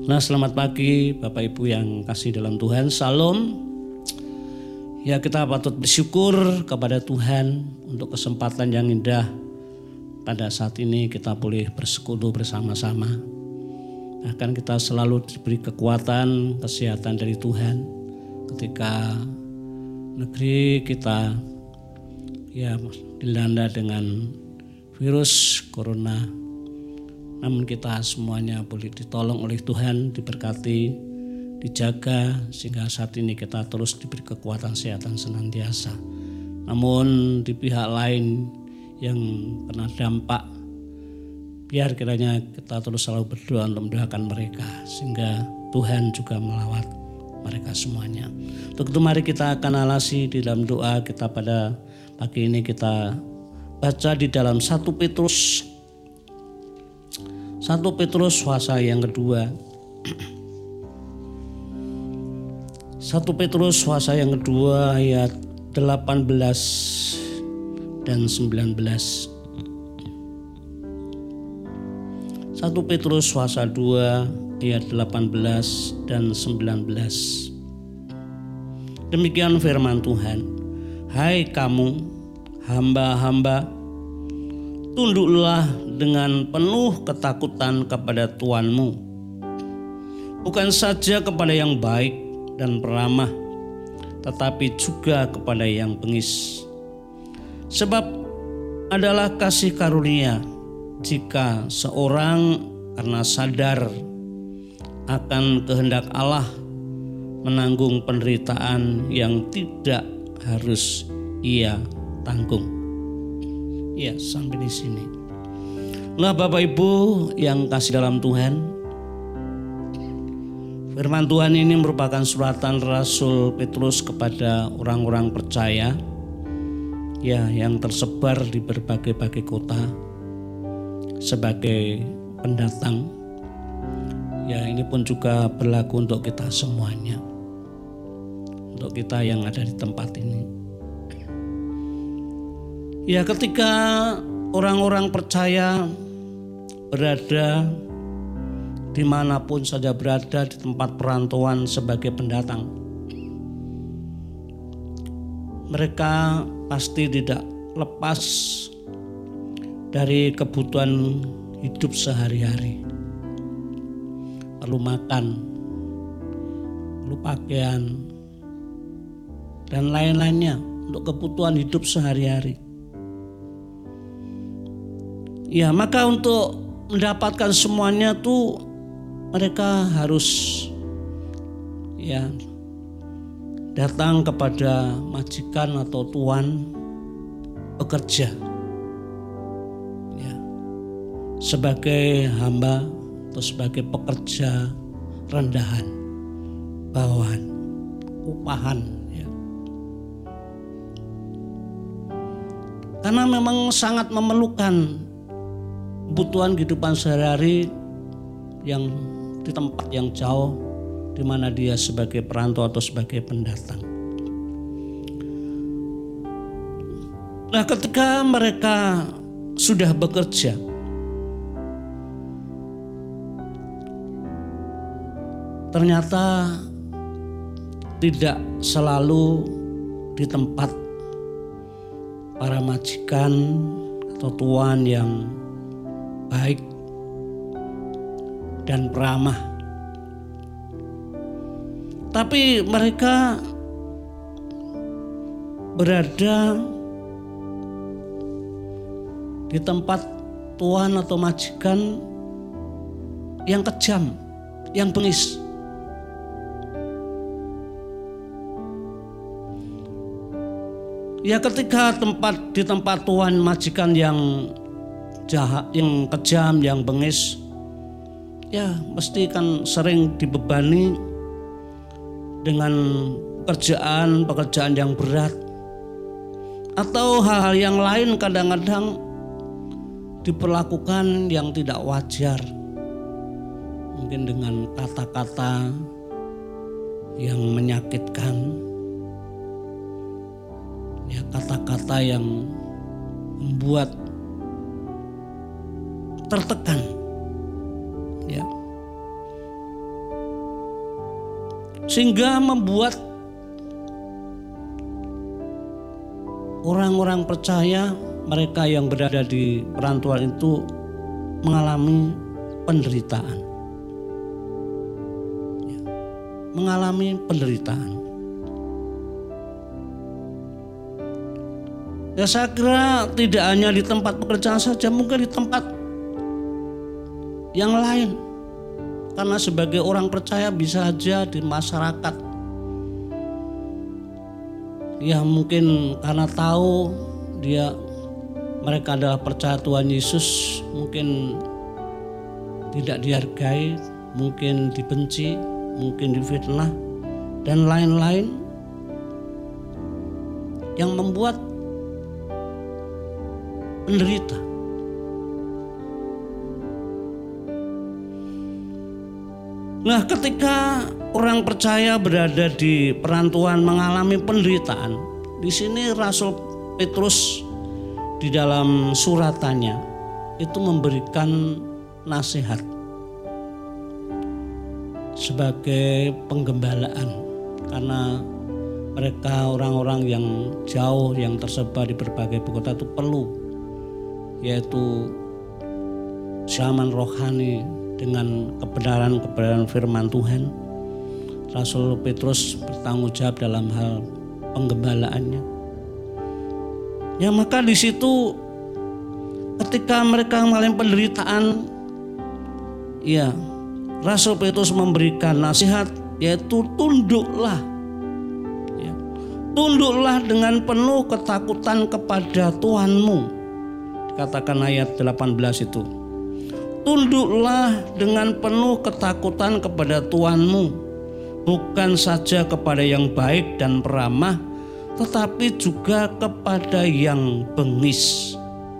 Nah, selamat pagi Bapak Ibu yang kasih dalam Tuhan. Salam. Ya, kita patut bersyukur kepada Tuhan untuk kesempatan yang indah. Pada saat ini kita boleh bersekutu bersama-sama. Bahkan kita selalu diberi kekuatan, kesehatan dari Tuhan ketika negeri kita ya dilanda dengan virus corona. Namun kita semuanya boleh ditolong oleh Tuhan, diberkati, dijaga sehingga saat ini kita terus diberi kekuatan kesehatan senantiasa. Namun di pihak lain yang kena dampak, biar kiranya kita terus selalu berdoa untuk mendoakan mereka sehingga Tuhan juga melawat mereka semuanya. Untuk itu mari kita akan alasi di dalam doa kita pada pagi ini. Kita baca di dalam 1 Petrus pasal yang kedua. 1 Petrus pasal yang kedua ayat 18 dan 19. 1 Petrus pasal 2 ayat 18 dan 19. Demikian firman Tuhan. Hai kamu hamba-hamba, tunduklah dengan penuh ketakutan kepada Tuanmu, bukan saja kepada yang baik dan peramah, tetapi juga kepada yang bengis. Sebab adalah kasih karunia jika seorang karena sadar akan kehendak Allah menanggung penderitaan yang tidak harus ia tanggung. Ya, sampai di sini. Nah, Bapak Ibu yang kasih dalam Tuhan, firman Tuhan ini merupakan suratan Rasul Petrus kepada orang-orang percaya ya yang tersebar di berbagai-bagai kota sebagai pendatang. Ya, ini pun juga berlaku untuk kita semuanya. Untuk kita yang ada di tempat ini. Ya, ketika orang-orang percaya berada dimanapun saja berada di tempat perantauan sebagai pendatang, mereka pasti tidak lepas dari kebutuhan hidup sehari-hari. Perlu makan, perlu pakaian, dan lain-lainnya untuk kebutuhan hidup sehari-hari. Ya, maka untuk mendapatkan semuanya tuh mereka harus ya datang kepada majikan atau tuan, bekerja ya sebagai hamba atau sebagai pekerja rendahan, bawahan, upahan ya. Karena memang sangat memerlukan kebutuhan kehidupan sehari-hari yang di tempat yang jauh di mana dia sebagai perantau atau sebagai pendatang. Nah, ketika mereka sudah bekerja, ternyata tidak selalu di tempat para majikan atau tuan yang baik dan peramah. Tapi mereka berada di tempat tuan atau majikan yang kejam, yang bengis. Ya, ketika di tempat tuan majikan yang jahat, yang kejam, yang bengis, ya mesti kan sering dibebani dengan pekerjaan yang berat atau hal-hal yang lain, kadang-kadang diperlakukan yang tidak wajar, mungkin dengan kata-kata yang menyakitkan, ya kata-kata yang membuat tertekan, ya. sehingga membuat orang-orang percaya, mereka yang berada di perantauan itu mengalami penderitaan. Mengalami penderitaan. Ya, saya kira tidak hanya di tempat pekerjaan saja, mungkin di tempat yang lain. Karena sebagai orang percaya bisa saja di masyarakat, ya mungkin karena tahu mereka adalah percaya Tuhan Yesus, mungkin tidak dihargai, mungkin dibenci, mungkin difitnah, dan lain-lain yang membuat menderita. Nah, ketika orang percaya berada di perantauan mengalami penderitaan, di sini Rasul Petrus di dalam suratannya itu memberikan nasihat sebagai penggembalaan, karena mereka orang-orang yang jauh yang tersebar di berbagai kota itu perlu, yaitu zaman rohani dengan kebenaran firman Tuhan. Rasul Petrus bertanggung jawab dalam hal penggembalaannya. Ya, maka di situ ketika mereka mengalami penderitaan, ya Rasul Petrus memberikan nasihat, yaitu tunduklah. Ya, tunduklah dengan penuh ketakutan kepada Tuhanmu. Dikatakan ayat 18 itu. Tunduklah dengan penuh ketakutan kepada Tuhanmu, bukan saja kepada yang baik dan peramah, tetapi juga kepada yang bengis.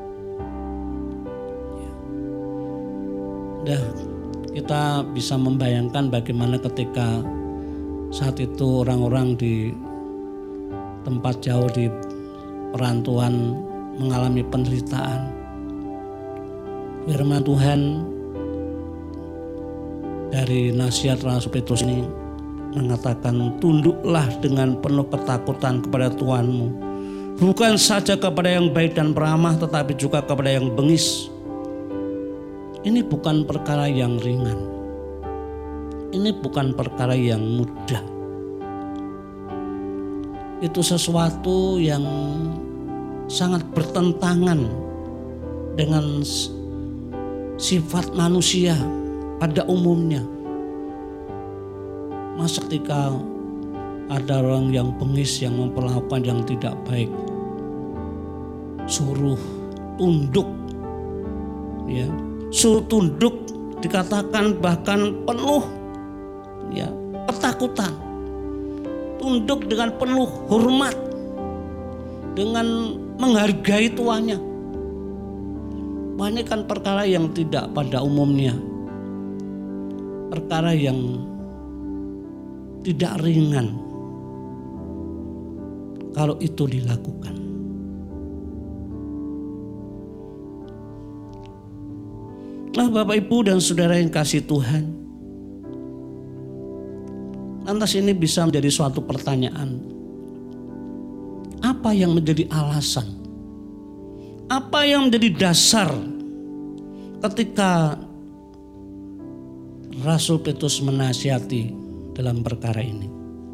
Nah, kita bisa membayangkan bagaimana ketika saat itu orang-orang di tempat jauh di perantauan mengalami penderitaan. Firman Tuhan dari nasihat Rasul Petrus ini mengatakan, tunduklah dengan penuh ketakutan kepada Tuhanmu, bukan saja kepada yang baik dan peramah, tetapi juga kepada yang bengis. Ini bukan perkara yang ringan. Ini bukan perkara yang mudah. Itu sesuatu yang sangat bertentangan dengan sifat manusia pada umumnya. Masa ketika ada orang yang bengis yang memperlakukan yang tidak baik, suruh tunduk, ya, suruh tunduk, dikatakan bahkan penuh, ya, ketakutan, tunduk dengan penuh hormat, dengan menghargai tuannya. Ini kan perkara yang tidak pada umumnya, perkara yang tidak ringan kalau itu dilakukan. Nah, Bapak Ibu dan Saudara yang kasih Tuhan, lantas ini bisa menjadi suatu pertanyaan. Apa yang menjadi alasan? Apa yang menjadi dasar ketika Rasul Petrus menasihati dalam perkara ini?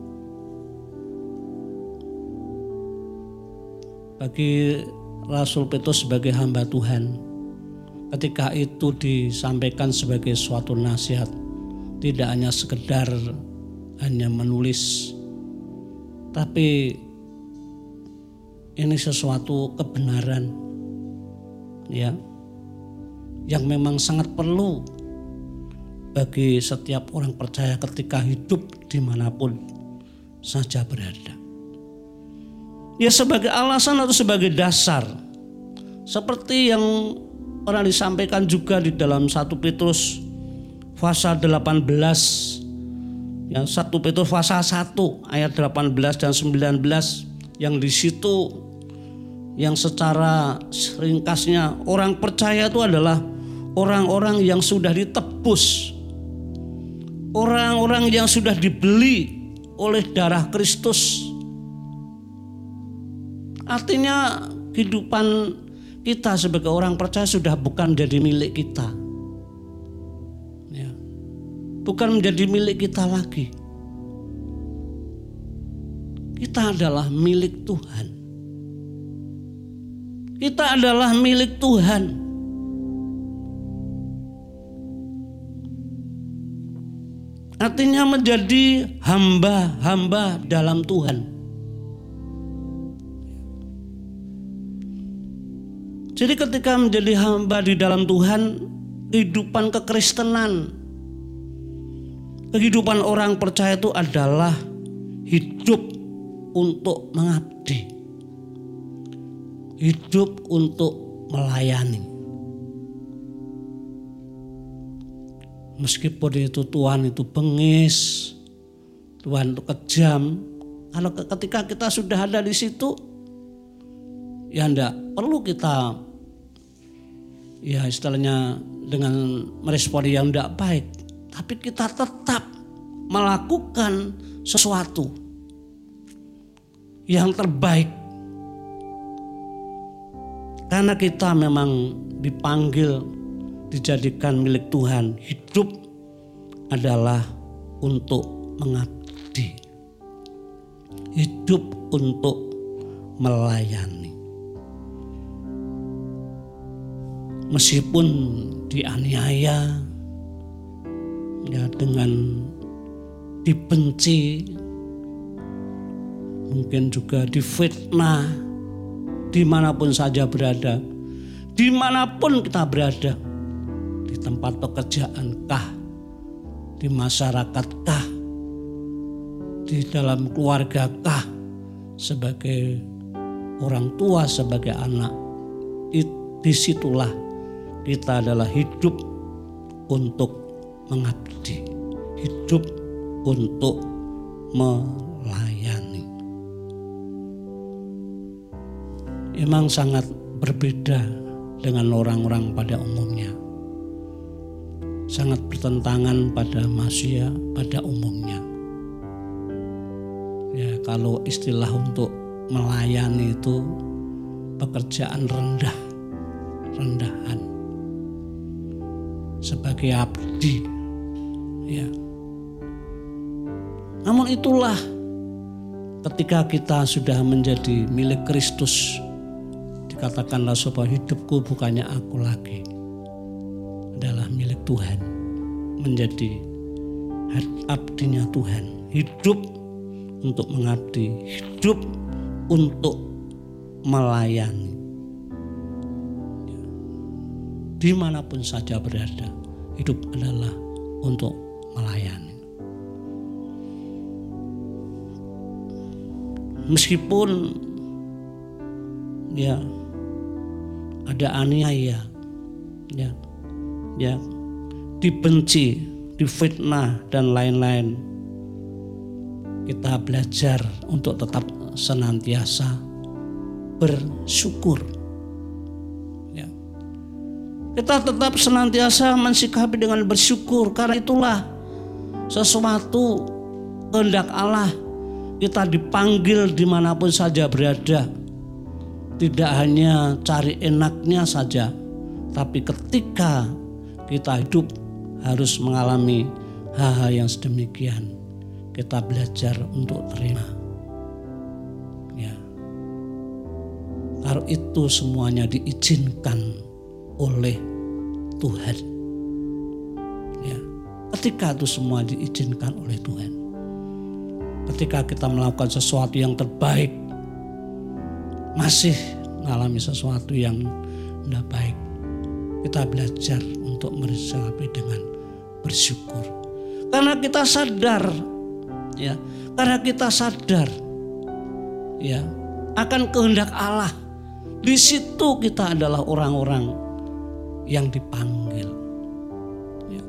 Bagi Rasul Petrus sebagai hamba Tuhan, ketika itu disampaikan sebagai suatu nasihat, tidak hanya sekedar hanya menulis, tapi ini sesuatu kebenaran, ya, yang memang sangat perlu bagi setiap orang percaya ketika hidup dimanapun saja berada. Ya, sebagai alasan atau sebagai dasar, seperti yang pernah disampaikan juga di dalam 1 Petrus pasal 18, ya, 1 Petrus pasal 1 ayat 18 dan 19, yang di situ yang secara ringkasnya orang percaya itu adalah orang-orang yang sudah ditebus, orang-orang yang sudah dibeli oleh darah Kristus. Artinya kehidupan kita sebagai orang percaya sudah bukan jadi milik kita. Ya. Bukan menjadi milik kita lagi. Kita adalah milik Tuhan. Kita adalah milik Tuhan. Artinya menjadi hamba-hamba dalam Tuhan. Jadi ketika menjadi hamba di dalam Tuhan, kehidupan kekristenan, kehidupan orang percaya itu adalah hidup untuk mengabdi, hidup untuk melayani. Meskipun itu Tuhan itu bengis, Tuhan itu kejam, kalau ketika kita sudah ada di situ, ya enggak perlu kita ya istilahnya dengan merespon yang enggak baik, tapi kita tetap melakukan sesuatu yang terbaik karena kita memang dipanggil dijadikan milik Tuhan. Hidup adalah untuk mengabdi, hidup untuk melayani. Meskipun dianiaya, ya dengan dibenci, mungkin juga difitnah, dimanapun saja berada, dimanapun kita berada, di tempat pekerjaan kah, di masyarakat kah, di dalam keluarga kah, sebagai orang tua, sebagai anak, disitulah kita adalah hidup untuk mengabdi, hidup untuk melayani. Emang sangat berbeda dengan orang-orang pada umumnya. Sangat bertentangan pada manusia pada umumnya. Ya, kalau istilah untuk melayani itu pekerjaan rendahan. Sebagai abdi, ya. Namun itulah ketika kita sudah menjadi milik Kristus, dikatakanlah bahwa hidupku bukannya aku lagi, adalah milik Tuhan, menjadi abdinya Tuhan, hidup untuk mengabdi, hidup untuk melayani. Dimanapun saja berada, hidup adalah untuk melayani. Meskipun ya ada aniaya, ya dibenci, difitnah dan lain-lain, kita belajar untuk tetap senantiasa bersyukur. Kita tetap senantiasa mensikapi dengan bersyukur, karena itulah sesuatu kehendak Allah. Kita dipanggil dimanapun saja berada, tidak hanya cari enaknya saja, tapi ketika kita hidup harus mengalami hal-hal yang sedemikian, kita belajar untuk terima. Ya, kalau itu semuanya diizinkan oleh Tuhan. Ya, ketika itu semua diizinkan oleh Tuhan. Ketika kita melakukan sesuatu yang terbaik, masih mengalami sesuatu yang tidak baik, kita belajar untuk meresapi dengan bersyukur. Karena kita sadar, ya, ya, akan kehendak Allah. Di situ kita adalah orang-orang yang dipanggil. Ya.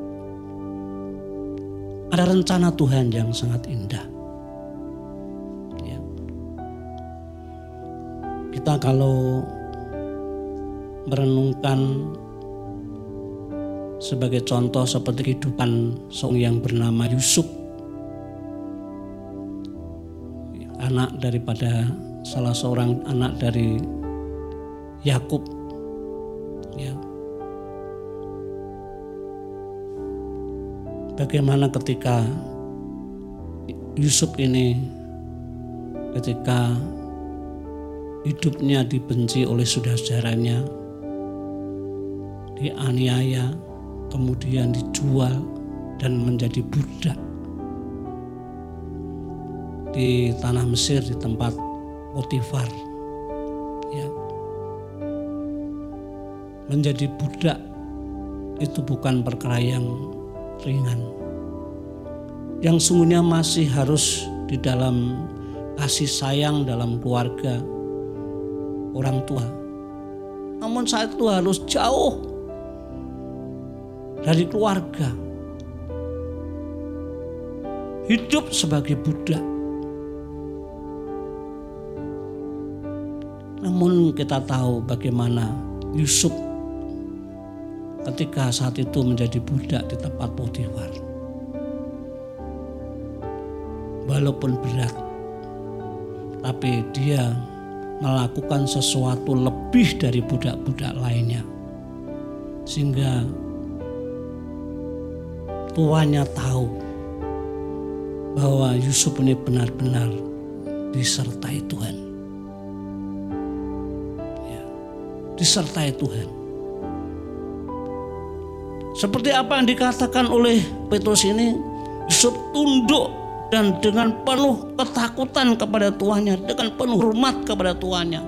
Ada rencana Tuhan yang sangat indah. Ya. Kita kalau merenungkan sebagai contoh seperti kehidupan seorang yang bernama Yusuf. anak daripada salah seorang anak dari Yakub, ya. Bagaimana ketika Yusuf ini ketika hidupnya dibenci oleh saudara-saudaranya, dianiaya, kemudian dijual dan menjadi budak di tanah Mesir di tempat Potifar, ya. Menjadi budak itu bukan perkara yang ringan, yang sungguhnya masih harus di dalam kasih sayang dalam keluarga orang tua. Namun saat itu harus jauh dari keluarga, hidup sebagai budak. Namun kita tahu bagaimana Yusuf ketika saat itu menjadi budak di tempat Potifar. Walaupun berat, tapi dia melakukan sesuatu lebih dari budak-budak lainnya. Sehingga tuannya tahu bahwa Yusuf ini benar-benar disertai Tuhan. Ya, disertai Tuhan. Seperti apa yang dikatakan oleh Petrus ini, Yusuf tunduk dan dengan penuh ketakutan kepada tuannya, dengan penuh hormat kepada tuannya.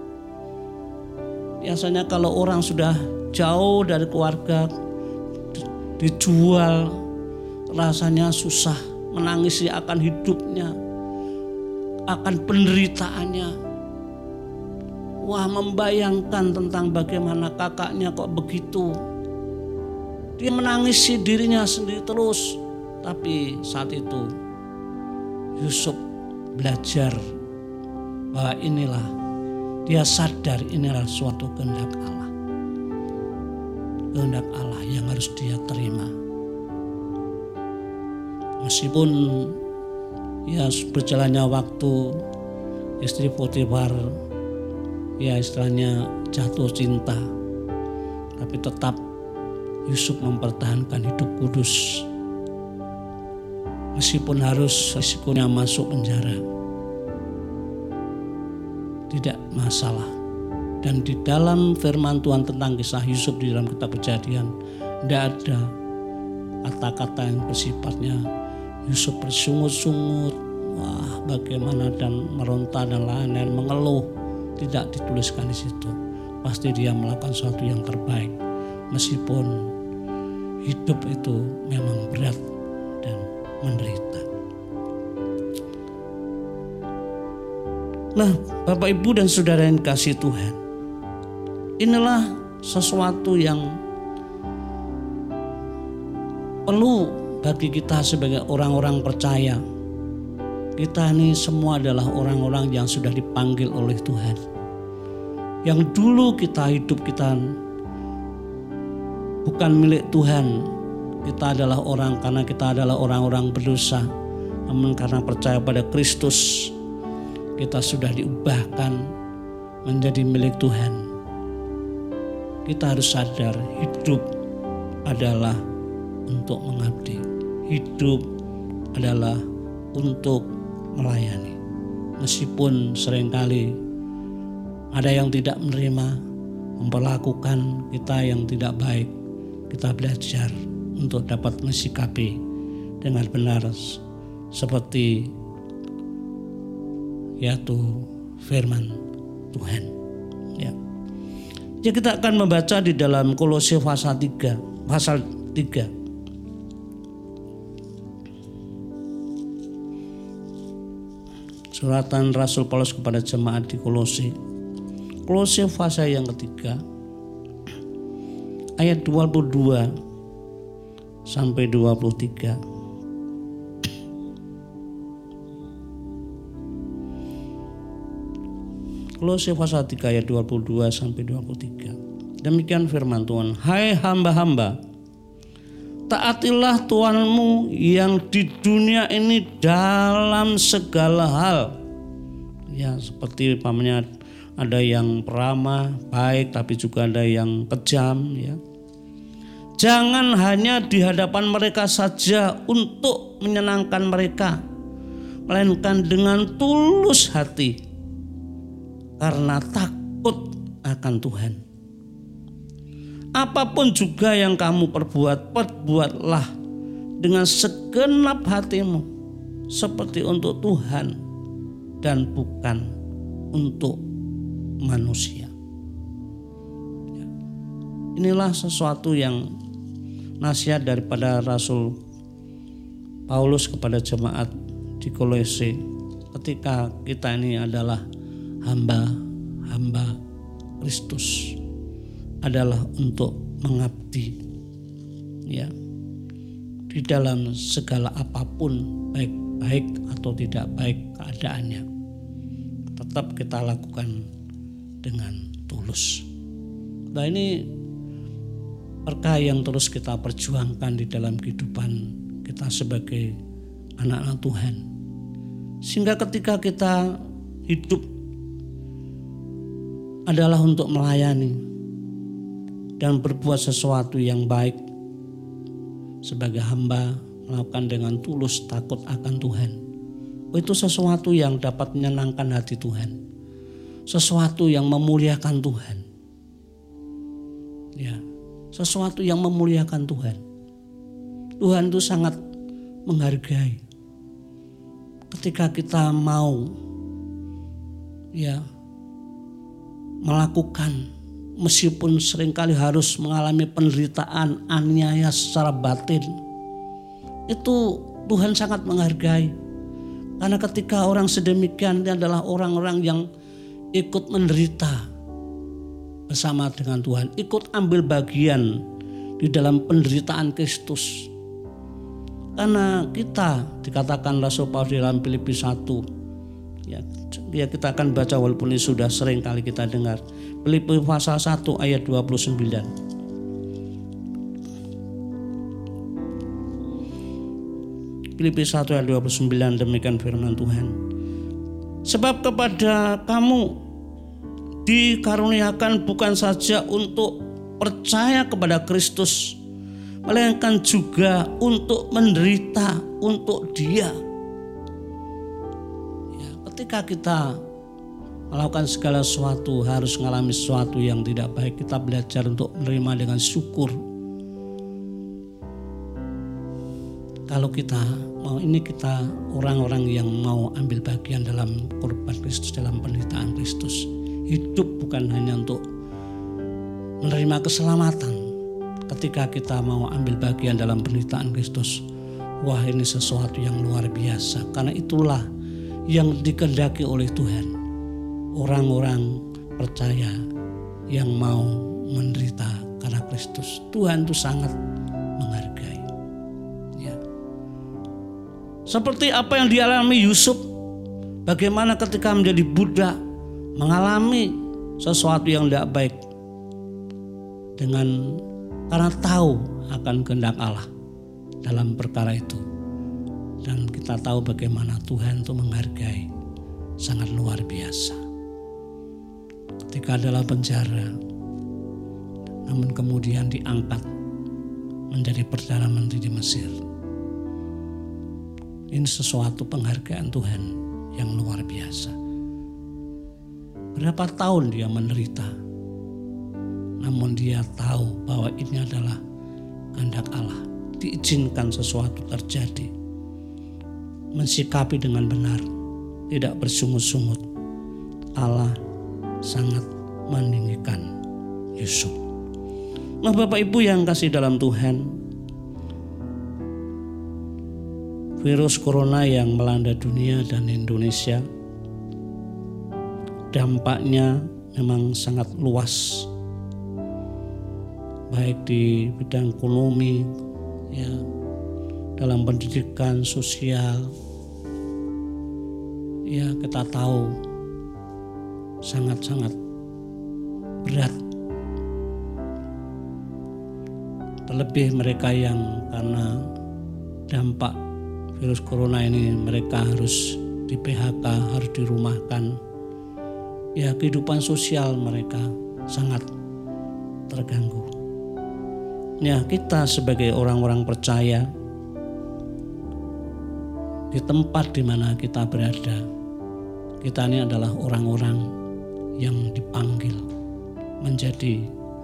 Biasanya kalau orang sudah jauh dari keluarga, dijual, rasanya susah, menangisi akan hidupnya, akan penderitaannya. Wah, membayangkan tentang bagaimana kakaknya kok begitu. Dia menangisi dirinya sendiri terus. Tapi saat itu Yusuf belajar bahwa inilah, dia sadar inilah suatu kehendak Allah. Kehendak Allah yang harus dia terima. Meskipun ya berjalannya waktu, istri Potifar ya istilahnya jatuh cinta, tapi tetap Yusuf mempertahankan hidup kudus. Meskipun harus resikonya masuk penjara, tidak masalah. Dan di dalam firman Tuhan tentang kisah Yusuf di dalam kitab Kejadian, tidak ada kata-kata yang bersifatnya Yusuf bersungut-sungut, wah bagaimana, dan meronta dan lain-lain, mengeluh. Tidak dituliskan di situ. Pasti dia melakukan sesuatu yang terbaik, meskipun hidup itu memang berat dan menderita. Nah, Bapak Ibu dan Saudara yang kasih Tuhan, inilah sesuatu yang perlu bagi kita sebagai orang-orang percaya. Kita ini semua adalah orang-orang yang sudah dipanggil oleh Tuhan. Yang dulu kita hidup kita bukan milik Tuhan. Kita adalah orang karena kita adalah orang-orang berdosa. Namun karena percaya pada Kristus, kita sudah diubahkan menjadi milik Tuhan. Kita harus sadar hidup adalah untuk mengabdi. Hidup adalah untuk melayani. Meskipun seringkali ada yang tidak menerima, memperlakukan kita yang tidak baik, kita belajar untuk dapat mensikapi dengan benar seperti yaitu firman Tuhan. Ya. Jadi kita akan membaca di dalam Kolose pasal 3. Suratan Rasul Paulus kepada jemaat di Kolose. Kolose pasal yang ketiga, ayat 22 sampai 23. Kolose pasal 3 ayat 22 sampai 23. Demikian firman Tuhan. Hai hamba-hamba, taatilah Tuhanmu yang di dunia ini dalam segala hal. Ya, seperti umpamanya ada yang peramah, baik, tapi juga ada yang kejam, ya. Jangan hanya di hadapan mereka saja untuk menyenangkan mereka, melainkan dengan tulus hati karena takut akan Tuhan. Apapun juga yang kamu perbuat, perbuatlah dengan segenap hatimu seperti untuk Tuhan dan bukan untuk manusia. Ya. Inilah sesuatu yang nasihat daripada Rasul Paulus kepada jemaat di Kolose ketika kita ini adalah hamba Kristus, adalah untuk mengabdi, ya, di dalam segala apapun, baik atau tidak baik keadaannya, tetap kita lakukan dengan tulus. Nah, ini berkah yang terus kita perjuangkan di dalam kehidupan kita sebagai anak-anak Tuhan, sehingga ketika kita hidup adalah untuk melayani dan berbuat sesuatu yang baik sebagai hamba, melakukan dengan tulus takut akan Tuhan. Itu sesuatu yang dapat menyenangkan hati Tuhan, sesuatu yang memuliakan Tuhan, ya, sesuatu yang memuliakan Tuhan. Tuhan itu sangat menghargai ketika kita mau, ya, melakukan, meskipun seringkali harus mengalami penderitaan, aniaya secara batin. Itu Tuhan sangat menghargai. Karena ketika orang sedemikian, dia adalah orang-orang yang ikut menderita bersama dengan Tuhan, ikut ambil bagian di dalam penderitaan Kristus. Karena kita, dikatakan Rasul Paulus dalam Filipi 1, ya kita akan baca walaupun ini sudah sering kali kita dengar. Filipi pasal 1 ayat 29. Filipi 1 ayat 29, demikian firman Tuhan. Sebab kepada kamu dikaruniakan bukan saja untuk percaya kepada Kristus, melainkan juga untuk menderita untuk Dia. Ya, ketika kita melakukan segala sesuatu, harus mengalami sesuatu yang tidak baik, kita belajar untuk menerima dengan syukur. Kalau kita mau, ini kita orang-orang yang mau ambil bagian dalam korban Kristus, dalam penderitaan Kristus. Hidup bukan hanya untuk menerima keselamatan. Ketika kita mau ambil bagian dalam penderitaan Kristus, wah, ini sesuatu yang luar biasa. Karena itulah yang dikehendaki oleh Tuhan. Orang-orang percaya yang mau menderita karena Kristus. Tuhan itu sangat menghargai. Seperti apa yang dialami Yusuf, bagaimana ketika menjadi budak, mengalami sesuatu yang tidak baik, karena tahu akan kehendak Allah dalam perkara itu. Dan kita tahu bagaimana Tuhan itu menghargai sangat luar biasa. Ketika dalam penjara, namun kemudian diangkat menjadi Perdana Menteri di Mesir. Ini sesuatu penghargaan Tuhan yang luar biasa. Berapa tahun dia menderita, namun dia tahu bahwa ini adalah kehendak Allah. Diizinkan sesuatu terjadi, mensikapi dengan benar, tidak bersungut-sungut. Allah sangat meninggikan Yusuf. Nah, Bapak Ibu yang kasih dalam Tuhan, virus corona yang melanda dunia dan Indonesia, dampaknya memang sangat luas, baik di bidang ekonomi, ya, dalam pendidikan, sosial. Ya, kita tahu sangat-sangat berat. Terlebih mereka yang karena dampak virus corona ini mereka harus di PHK, harus dirumahkan. ya kehidupan sosial mereka sangat terganggu. Ya, kita sebagai orang-orang percaya di tempat di mana kita berada, kita ini adalah orang-orang yang dipanggil menjadi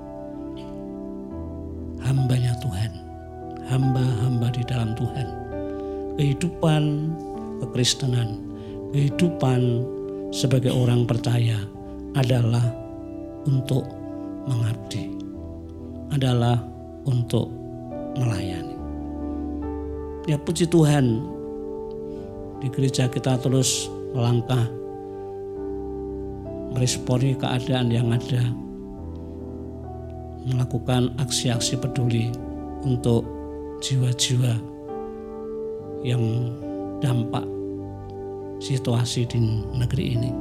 hambanya Tuhan, hamba-hamba di dalam Tuhan. Kehidupan kekristenan, kehidupan sebagai orang percaya adalah untuk mengabdi, adalah untuk melayani. Ya, puji Tuhan, di gereja kita terus melangkah meresponi keadaan yang ada, melakukan aksi-aksi peduli untuk jiwa-jiwa yang dampak situasi di negeri ini.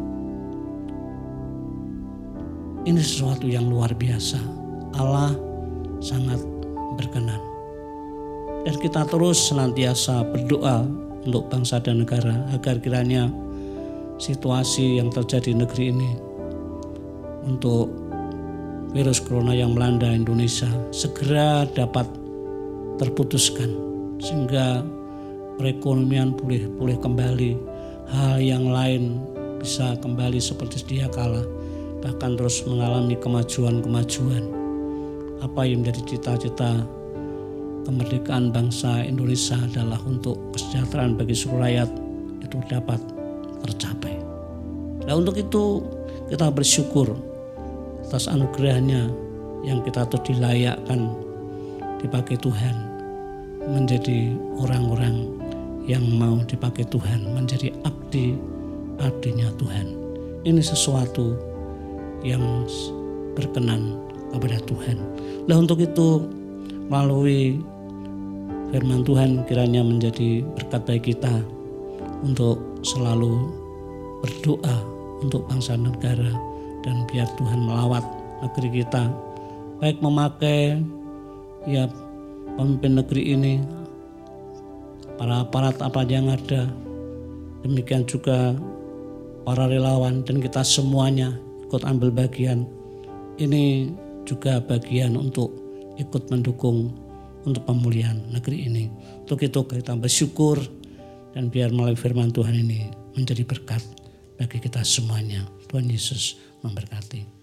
Ini sesuatu yang luar biasa. Allah sangat berkenan. Dan kita terus senantiasa berdoa untuk bangsa dan negara agar kiranya situasi yang terjadi di negeri ini untuk virus corona yang melanda Indonesia segera dapat terputuskan sehingga perekonomian pulih kembali, hal yang lain bisa kembali seperti sedia kala, bahkan terus mengalami kemajuan-kemajuan. Apa yang menjadi cita-cita kemerdekaan bangsa Indonesia adalah untuk kesejahteraan bagi seluruh rakyat itu dapat tercapai. Nah, untuk itu kita bersyukur atas anugerahnya yang kita tuh dilayakkan dipakai Tuhan menjadi orang-orang yang mau dipakai Tuhan, menjadi abdi-abdinya Tuhan. Ini sesuatu yang berkenan kepada Tuhan. Nah, untuk itu melalui firman Tuhan kiranya menjadi berkat bagi kita untuk selalu berdoa untuk bangsa negara, dan biar Tuhan melawat negeri kita, baik memakai ya pemimpin negeri ini, para aparat apa yang ada, demikian juga para relawan, dan kita semuanya ikut ambil bagian. Ini juga bagian untuk ikut mendukung untuk pemulihan negeri ini. Untuk itu kita bersyukur, dan biar melalui firman Tuhan ini menjadi berkat bagi kita semuanya. Tuhan Yesus memberkati.